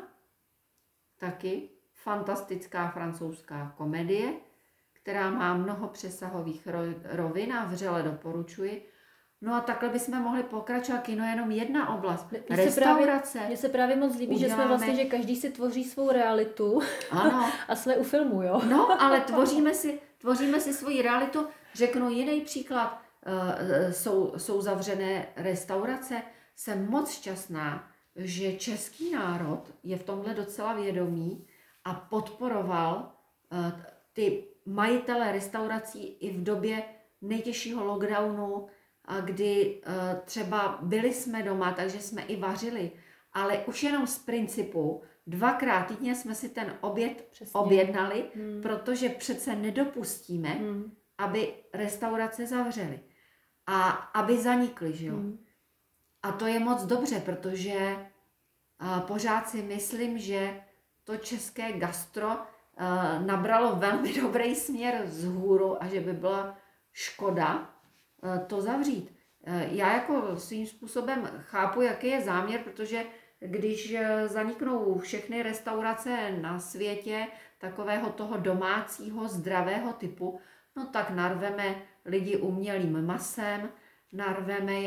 taky fantastická francouzská komedie, která má mnoho přesahových rovin a vřele doporučuji. No a takhle bychom mohli pokračovat, kino je jenom jedna oblast. Mně Restaurace. Mně se právě moc líbí, uděláme... že jsme vlastně, že každý si tvoří svou realitu. Ano. A jsme u filmu, jo? No, ale tvoříme si, tvoříme si svoji realitu. Řeknu jiný příklad. Uh, jsou, jsou zavřené restaurace. Jsem moc šťastná, že český národ je v tomhle docela vědomý a podporoval uh, ty majitele restaurací i v době nejtěžšího lockdownu, a kdy uh, třeba byli jsme doma, takže jsme i vařili, ale už jenom z principu dvakrát týdně jsme si ten oběd Přesně. objednali, hmm. protože přece nedopustíme, hmm. aby restaurace zavřely a aby zanikly, že jo. Hmm. A to je moc dobře, protože uh, pořád si myslím, že to české gastro uh, nabralo velmi dobrý směr vzhůru a že by byla škoda uh, to zavřít. Uh, já jako svým způsobem chápu, jaký je záměr, protože když uh, zaniknou všechny restaurace na světě takového toho domácího, zdravého typu, no tak narveme lidi umělým masem, narveme je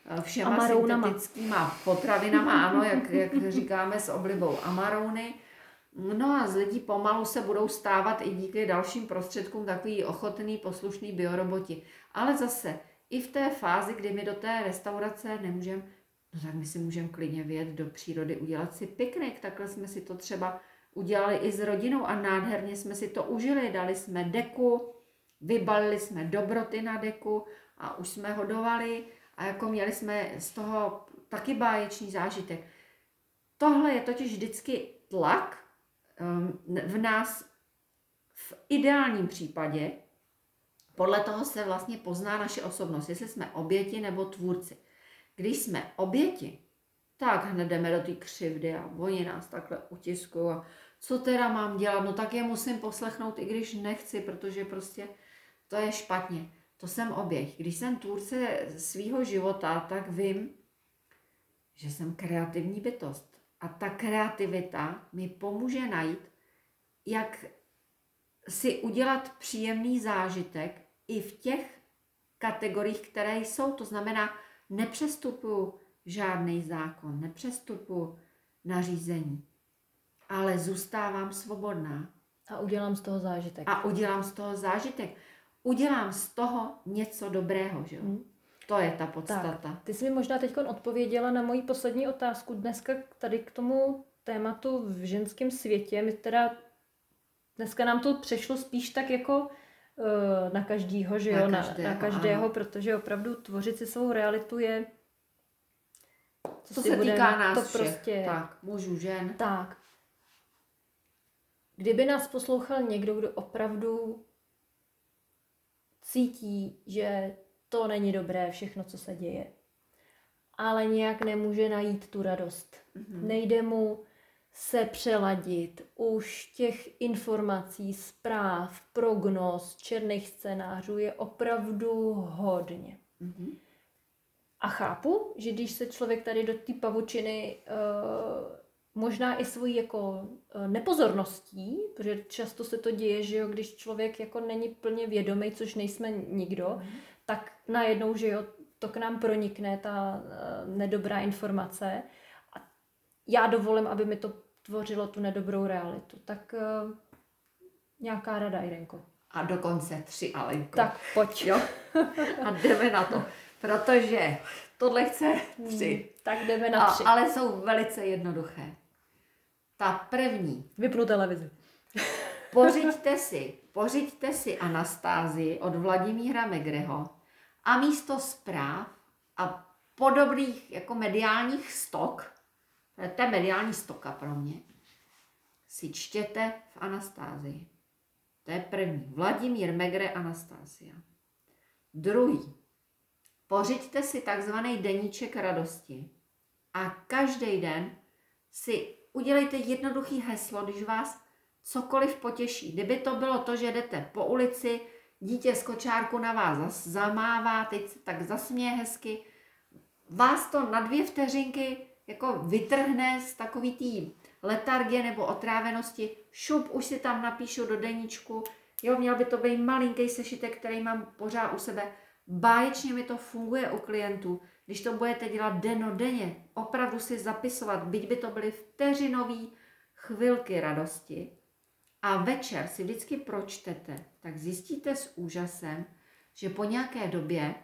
všema Amarounama. syntetickýma potravinama, ano, jak, jak říkáme s oblibou amarouny. No a z lidí pomalu se budou stávat i díky dalším prostředkům takový ochotný, poslušný bioroboti. Ale zase, i v té fázi, kdy my do té restaurace nemůžeme, no tak my si můžeme klidně vyjet do přírody, udělat si piknik. Takhle jsme si to třeba udělali i s rodinou a nádherně jsme si to užili. Dali jsme deku, vybalili jsme dobroty na deku a už jsme hodovali a jako měli jsme z toho taky báječný zážitek. Tohle je totiž vždycky tlak um, v nás v ideálním případě. Podle toho se vlastně pozná naše osobnost, jestli jsme oběti nebo tvůrci. Když jsme oběti, tak hned jdeme do té křivdy a oni nás takhle utiskují a co teda mám dělat, no tak je musím poslechnout, i když nechci, protože prostě to je špatně. To jsem oběť. Když jsem tvůrce svýho života, tak vím, že jsem kreativní bytost. A ta kreativita mi pomůže najít, jak si udělat příjemný zážitek i v těch kategoriích, které jsou. To znamená, nepřestupuju žádný zákon, nepřestupuju nařízení, ale zůstávám svobodná. A udělám z toho zážitek. A udělám z toho zážitek. Udělám z toho něco dobrého, že jo? Hmm. To je ta podstata. Tak, ty jsi mi možná teď odpověděla na moji poslední otázku dneska tady k tomu tématu v ženském světě. My teda dneska nám to přešlo spíš tak jako uh, na každýho, že jo? Na každého, na, na každého protože opravdu tvořit si svou realitu je... Co to se bude, týká nás to všech. Prostě, tak, mužů, žen. Tak. Kdyby nás poslouchal někdo, kdo opravdu cítí, že to není dobré, všechno, co se děje, ale nějak nemůže najít tu radost. Mm-hmm. Nejde mu se přeladit už těch informací, zpráv, prognóz, černých scénářů je opravdu hodně. Mm-hmm. A chápu, že když se člověk tady do té pavučiny uh, možná i svojí jako uh, nepozorností, protože často se to děje, že jo, když člověk jako není plně vědomý, což nejsme nikdo, mm. tak najednou, že jo, to k nám pronikne, ta uh, nedobrá informace a já dovolím, aby mi to tvořilo tu nedobrou realitu. Tak uh, nějaká rada, Irenko. A dokonce tři, Alenko. Tak pojď. Jo? A jdeme na to. Protože tohle chce tři. Hmm, tak jdeme na tři. A, ale jsou velice jednoduché. Ta první. Vypnu televizi. Pořiďte si, pořiďte si Anastázii od Vladimíra Megreho a místo zpráv a podobných jako mediálních stok, to je mediální stoka pro mě, si čtěte v Anastázii. To je první. Vladimír Megre, Anastázia. Druhý. Pořiďte si takzvaný deníček radosti a každý den si udělejte jednoduchý heslo, když vás cokoliv potěší. Kdyby to bylo to, že jdete po ulici, dítě z kočárku na vás zamává, teď se tak zasměje hezky, vás to na dvě vteřinky jako vytrhne z takový tý letargie nebo otrávenosti, šup, už si tam napíšu do deníčku, jo, měl by to být malinký sešitek, který mám pořád u sebe. Báječně mi to funguje u klientů, když to budete dělat dennodenně, opravdu si zapisovat, byť by to byly vteřinové chvilky radosti a večer si vždycky pročtete, tak zjistíte s úžasem, že po nějaké době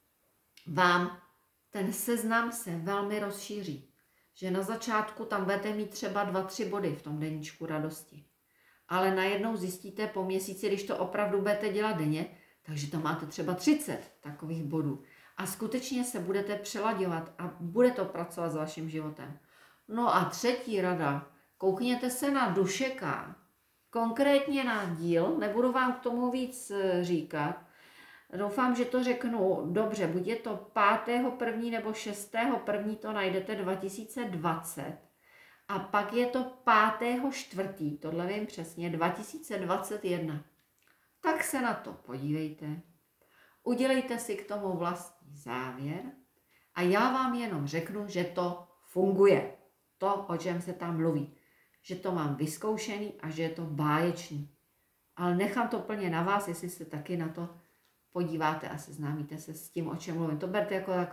vám ten seznam se velmi rozšíří. Že na začátku tam budete mít třeba dva, tři body v tom deníčku radosti. Ale najednou zjistíte po měsíci, když to opravdu budete dělat denně, takže to máte třeba třicet takových bodů. A skutečně se budete přelaďovat a bude to pracovat s vaším životem. No a třetí rada, koukněte se na Dušeka, konkrétně na díl, nebudu vám k tomu víc říkat. Doufám, že to řeknu dobře, buď je to pátého prvního nebo šestého prvního to najdete dva tisíce dvacet. A pak je to pátého čtvrtého tohle vím přesně, dva tisíce dvacet jedna. Tak se na to podívejte, udělejte si k tomu vlastní závěr a já vám jenom řeknu, že to funguje. To, o čem se tam mluví. Že to mám vyzkoušený a že je to báječný. Ale nechám to plně na vás, jestli se taky na to podíváte a seznámíte se s tím, o čem mluvím. To berte jako takový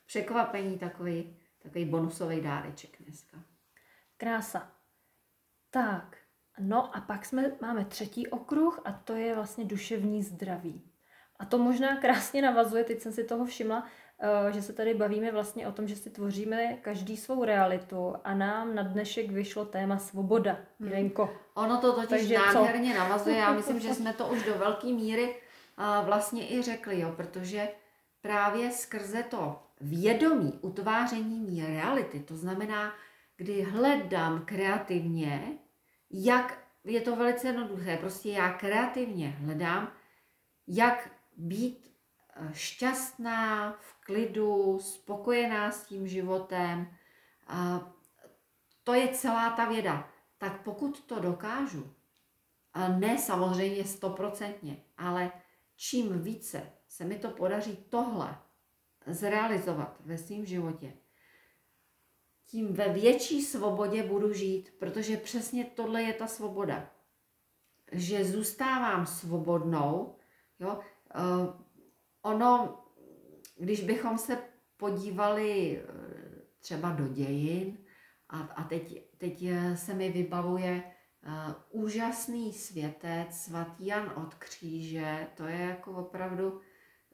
překvapení, takový, takový bonusový dáreček dneska. Krása. Tak, no a pak jsme, máme třetí okruh a to je vlastně duševní zdraví. A to možná krásně navazuje, teď jsem si toho všimla, že se tady bavíme vlastně o tom, že si tvoříme každý svou realitu a nám na dnešek vyšlo téma svoboda. Jirenko. Hmm. Ono to totiž Takže nádherně co? navazuje. Já myslím, že jsme to už do velké míry vlastně i řekli, jo, protože právě skrze to vědomí utváření mý reality, to znamená, kdy hledám kreativně, jak, je to velice jednoduché, prostě já kreativně hledám, jak být šťastná, v klidu, spokojená s tím životem. A to je celá ta věda. Tak pokud to dokážu, a ne samozřejmě stoprocentně, ale čím více se mi to podaří tohle zrealizovat ve svém životě, tím ve větší svobodě budu žít, protože přesně tohle je ta svoboda. Že zůstávám svobodnou, jo. Uh, ono, když bychom se podívali třeba do dějin, a, a teď, teď se mi vybavuje uh, úžasný světec, svatý Jan od Kříže, to je jako opravdu uh,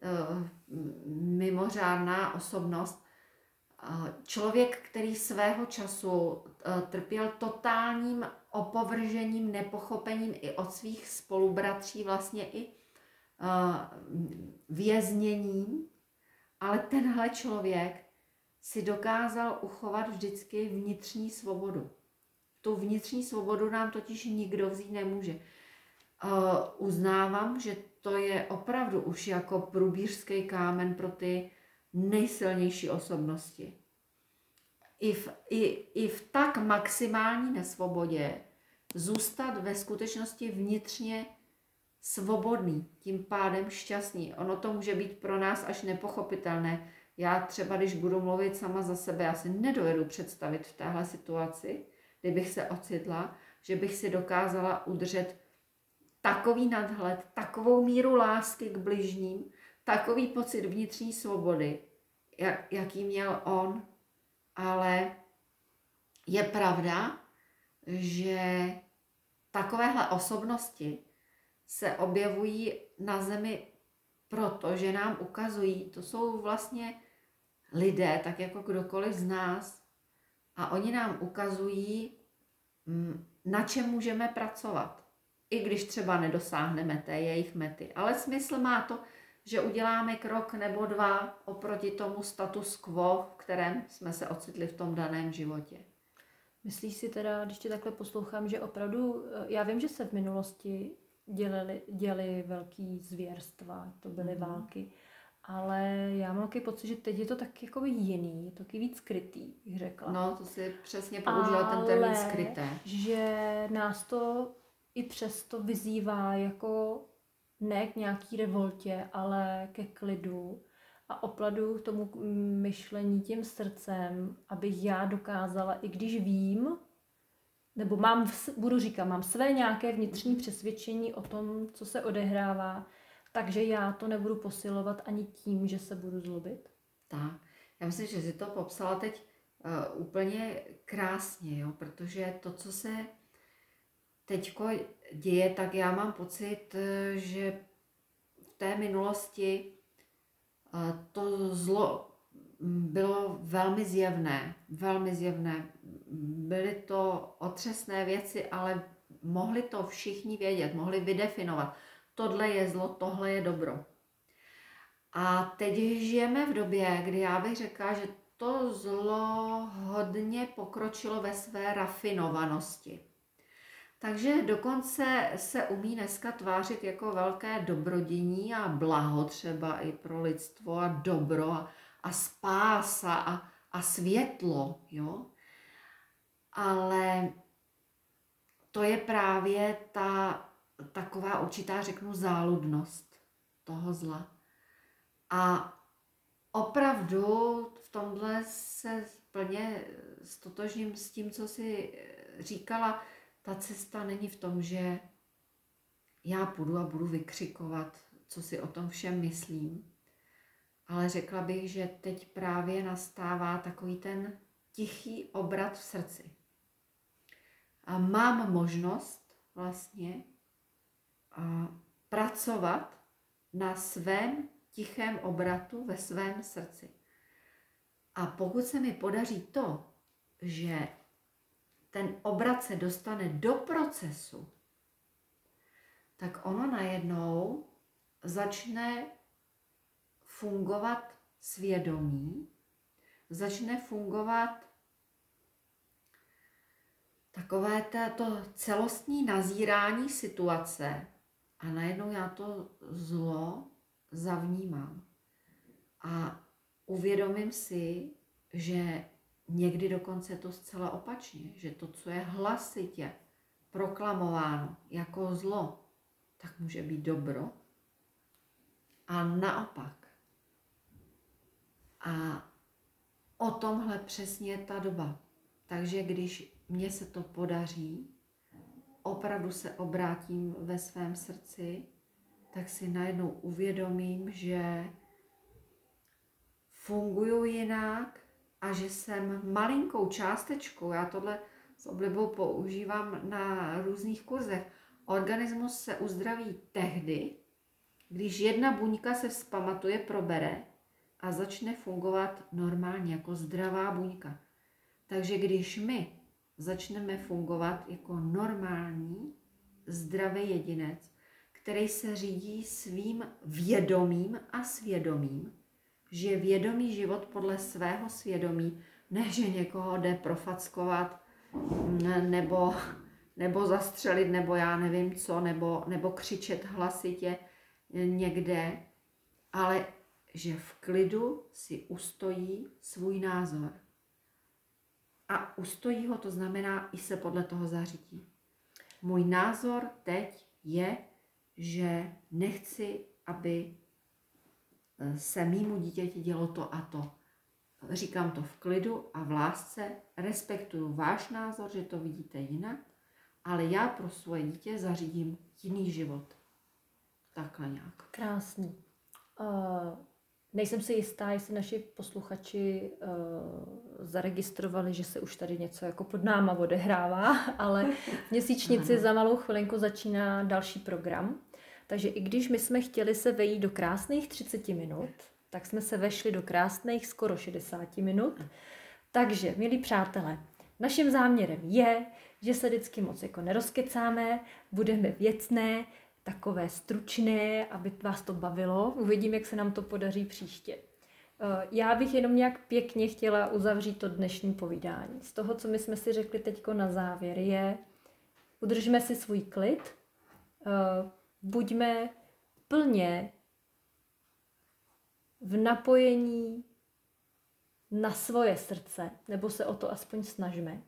mimořádná osobnost. Uh, člověk, který svého času uh, trpěl totálním opovržením, nepochopením i od svých spolubratří, vlastně i uh, vězněním, ale tenhle člověk si dokázal uchovat vždycky vnitřní svobodu. Tu vnitřní svobodu nám totiž nikdo vzít nemůže. Uh, uznávám, že to je opravdu už jako průbířský kámen pro ty nejsilnější osobnosti. I v, i, i v tak maximální nesvobodě zůstat ve skutečnosti vnitřně svobodný, tím pádem šťastný. Ono to může být pro nás až nepochopitelné. Já třeba, když budu mluvit sama za sebe, já si nedovedu představit v téhle situaci, kdybych se ocitla, že bych si dokázala udržet takový nadhled, takovou míru lásky k bližním, takový pocit vnitřní svobody, jak, jaký měl on. Ale je pravda, že takovéhle osobnosti se objevují na zemi proto, že nám ukazují, to jsou vlastně lidé, tak jako kdokoliv z nás, a oni nám ukazují, na čem můžeme pracovat, i když třeba nedosáhneme té jejich mety. Ale smysl má to, že uděláme krok nebo dva oproti tomu status quo, v kterém jsme se ocitli v tom daném životě. Myslíš si teda, když tě takhle poslouchám, že opravdu, já vím, že se v minulosti dělali, dělali velký zvěrstva, to byly mm. války, ale já mám takový pocit, že teď je to tak jako jiný, taky víc skrytý, bych řekla. No, to si přesně použila ten termín skryté. Že nás to i přesto vyzývá jako ne k nějaký revoltě, ale ke klidu a opravdu tomu myšlení tím srdcem, abych já dokázala, i když vím, nebo mám, budu říkat, mám své nějaké vnitřní přesvědčení o tom, co se odehrává, takže já to nebudu posilovat ani tím, že se budu zlobit. Tak, já myslím, že jsi to popsala teď uh, úplně krásně, jo, protože to, co se teďko děje, tak já mám pocit, že v té minulosti uh, to zlo bylo velmi zjevné, velmi zjevné. Byly to otřesné věci, ale mohli to všichni vědět, mohli vydefinovat. Tohle je zlo, tohle je dobro. A teď žijeme v době, kdy já bych řekla, že to zlo hodně pokročilo ve své rafinovanosti. Takže dokonce se umí dneska tvářit jako velké dobrodění a blaho třeba i pro lidstvo a dobro a, a spása a, a světlo, jo. Ale to je právě ta taková určitá, řeknu, záludnost toho zla. A opravdu v tomhle se plně stotožním s tím, co jsi říkala. Ta cesta není v tom, že já půjdu a budu vykřikovat, co si o tom všem myslím, ale řekla bych, že teď právě nastává takový ten tichý obrat v srdci. A mám možnost vlastně a pracovat na svém tichém obratu ve svém srdci. A pokud se mi podaří to, že ten obrat se dostane do procesu, tak ono najednou začne fungovat svědomí, začne fungovat takové to celostní nazírání situace a najednou já to zlo zavnímám. A uvědomím si, že někdy dokonce je to zcela opačně, že to, co je hlasitě proklamováno jako zlo, tak může být dobro. A naopak. A o tomhle přesně je ta doba. Takže když mně se to podaří, opravdu se obrátím ve svém srdci, tak si najednou uvědomím, že funguju jinak a že jsem malinkou částečkou, já tohle s oblibou používám na různých kurzech, organismus se uzdraví tehdy, když jedna buňka se vzpamatuje, probere a začne fungovat normálně, jako zdravá buňka. Takže když my začneme fungovat jako normální, zdravý jedinec, který se řídí svým vědomím a svědomím, žije vědomý život podle svého svědomí, ne že někoho jde profackovat nebo, nebo zastřelit, nebo já nevím co, nebo, nebo křičet hlasitě někde, ale že v klidu si ustojí svůj názor. A ustojí ho, to znamená i se podle toho zařídí. Můj názor teď je, že nechci, aby se mýmu dítěti dělo to a to. Říkám to v klidu a v lásce, respektuju váš názor, že to vidíte jinak, ale já pro svoje dítě zařídím jiný život. Takhle nějak. Krásný. Uh, nejsem si jistá, jestli naši posluchači uh, zaregistrovali, že se už tady něco jako pod náma odehrává, ale v měsíčnici za malou chvilinku začíná další program. Takže i když my jsme chtěli se vejít do krásných třicet minut, tak jsme se vešli do krásných skoro šedesát minut. Takže, milí přátelé, naším záměrem je, že se vždycky moc jako nerozkecáme, budeme věcné, takové stručné, aby vás to bavilo. Uvidím, jak se nám to podaří příště. Já bych jenom nějak pěkně chtěla uzavřít to dnešní povídání. Z toho, co my jsme si řekli teďko na závěr, je udržme si svůj klid, buďme plně v napojení na svoje srdce, nebo se o to aspoň snažme.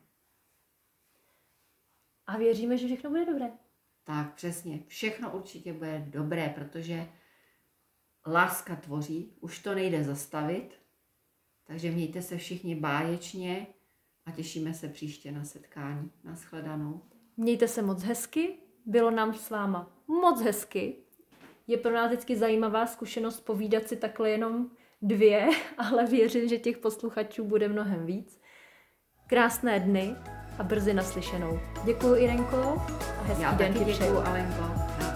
A věříme, že všechno bude dobré. Tak, přesně. Všechno určitě bude dobré, protože láska tvoří, už to nejde zastavit, takže mějte se všichni báječně a těšíme se příště na setkání. Nashledanou. Mějte se moc hezky, bylo nám s váma moc hezky. Je pro nás vždycky zajímavá zkušenost povídat si takhle jenom dvě, ale věřím, že těch posluchačů bude mnohem víc. Krásné dny a brzy naslyšenou. Děkuji, Irenko, a hezký Já den taky ti přeju. děkuju, Alenko.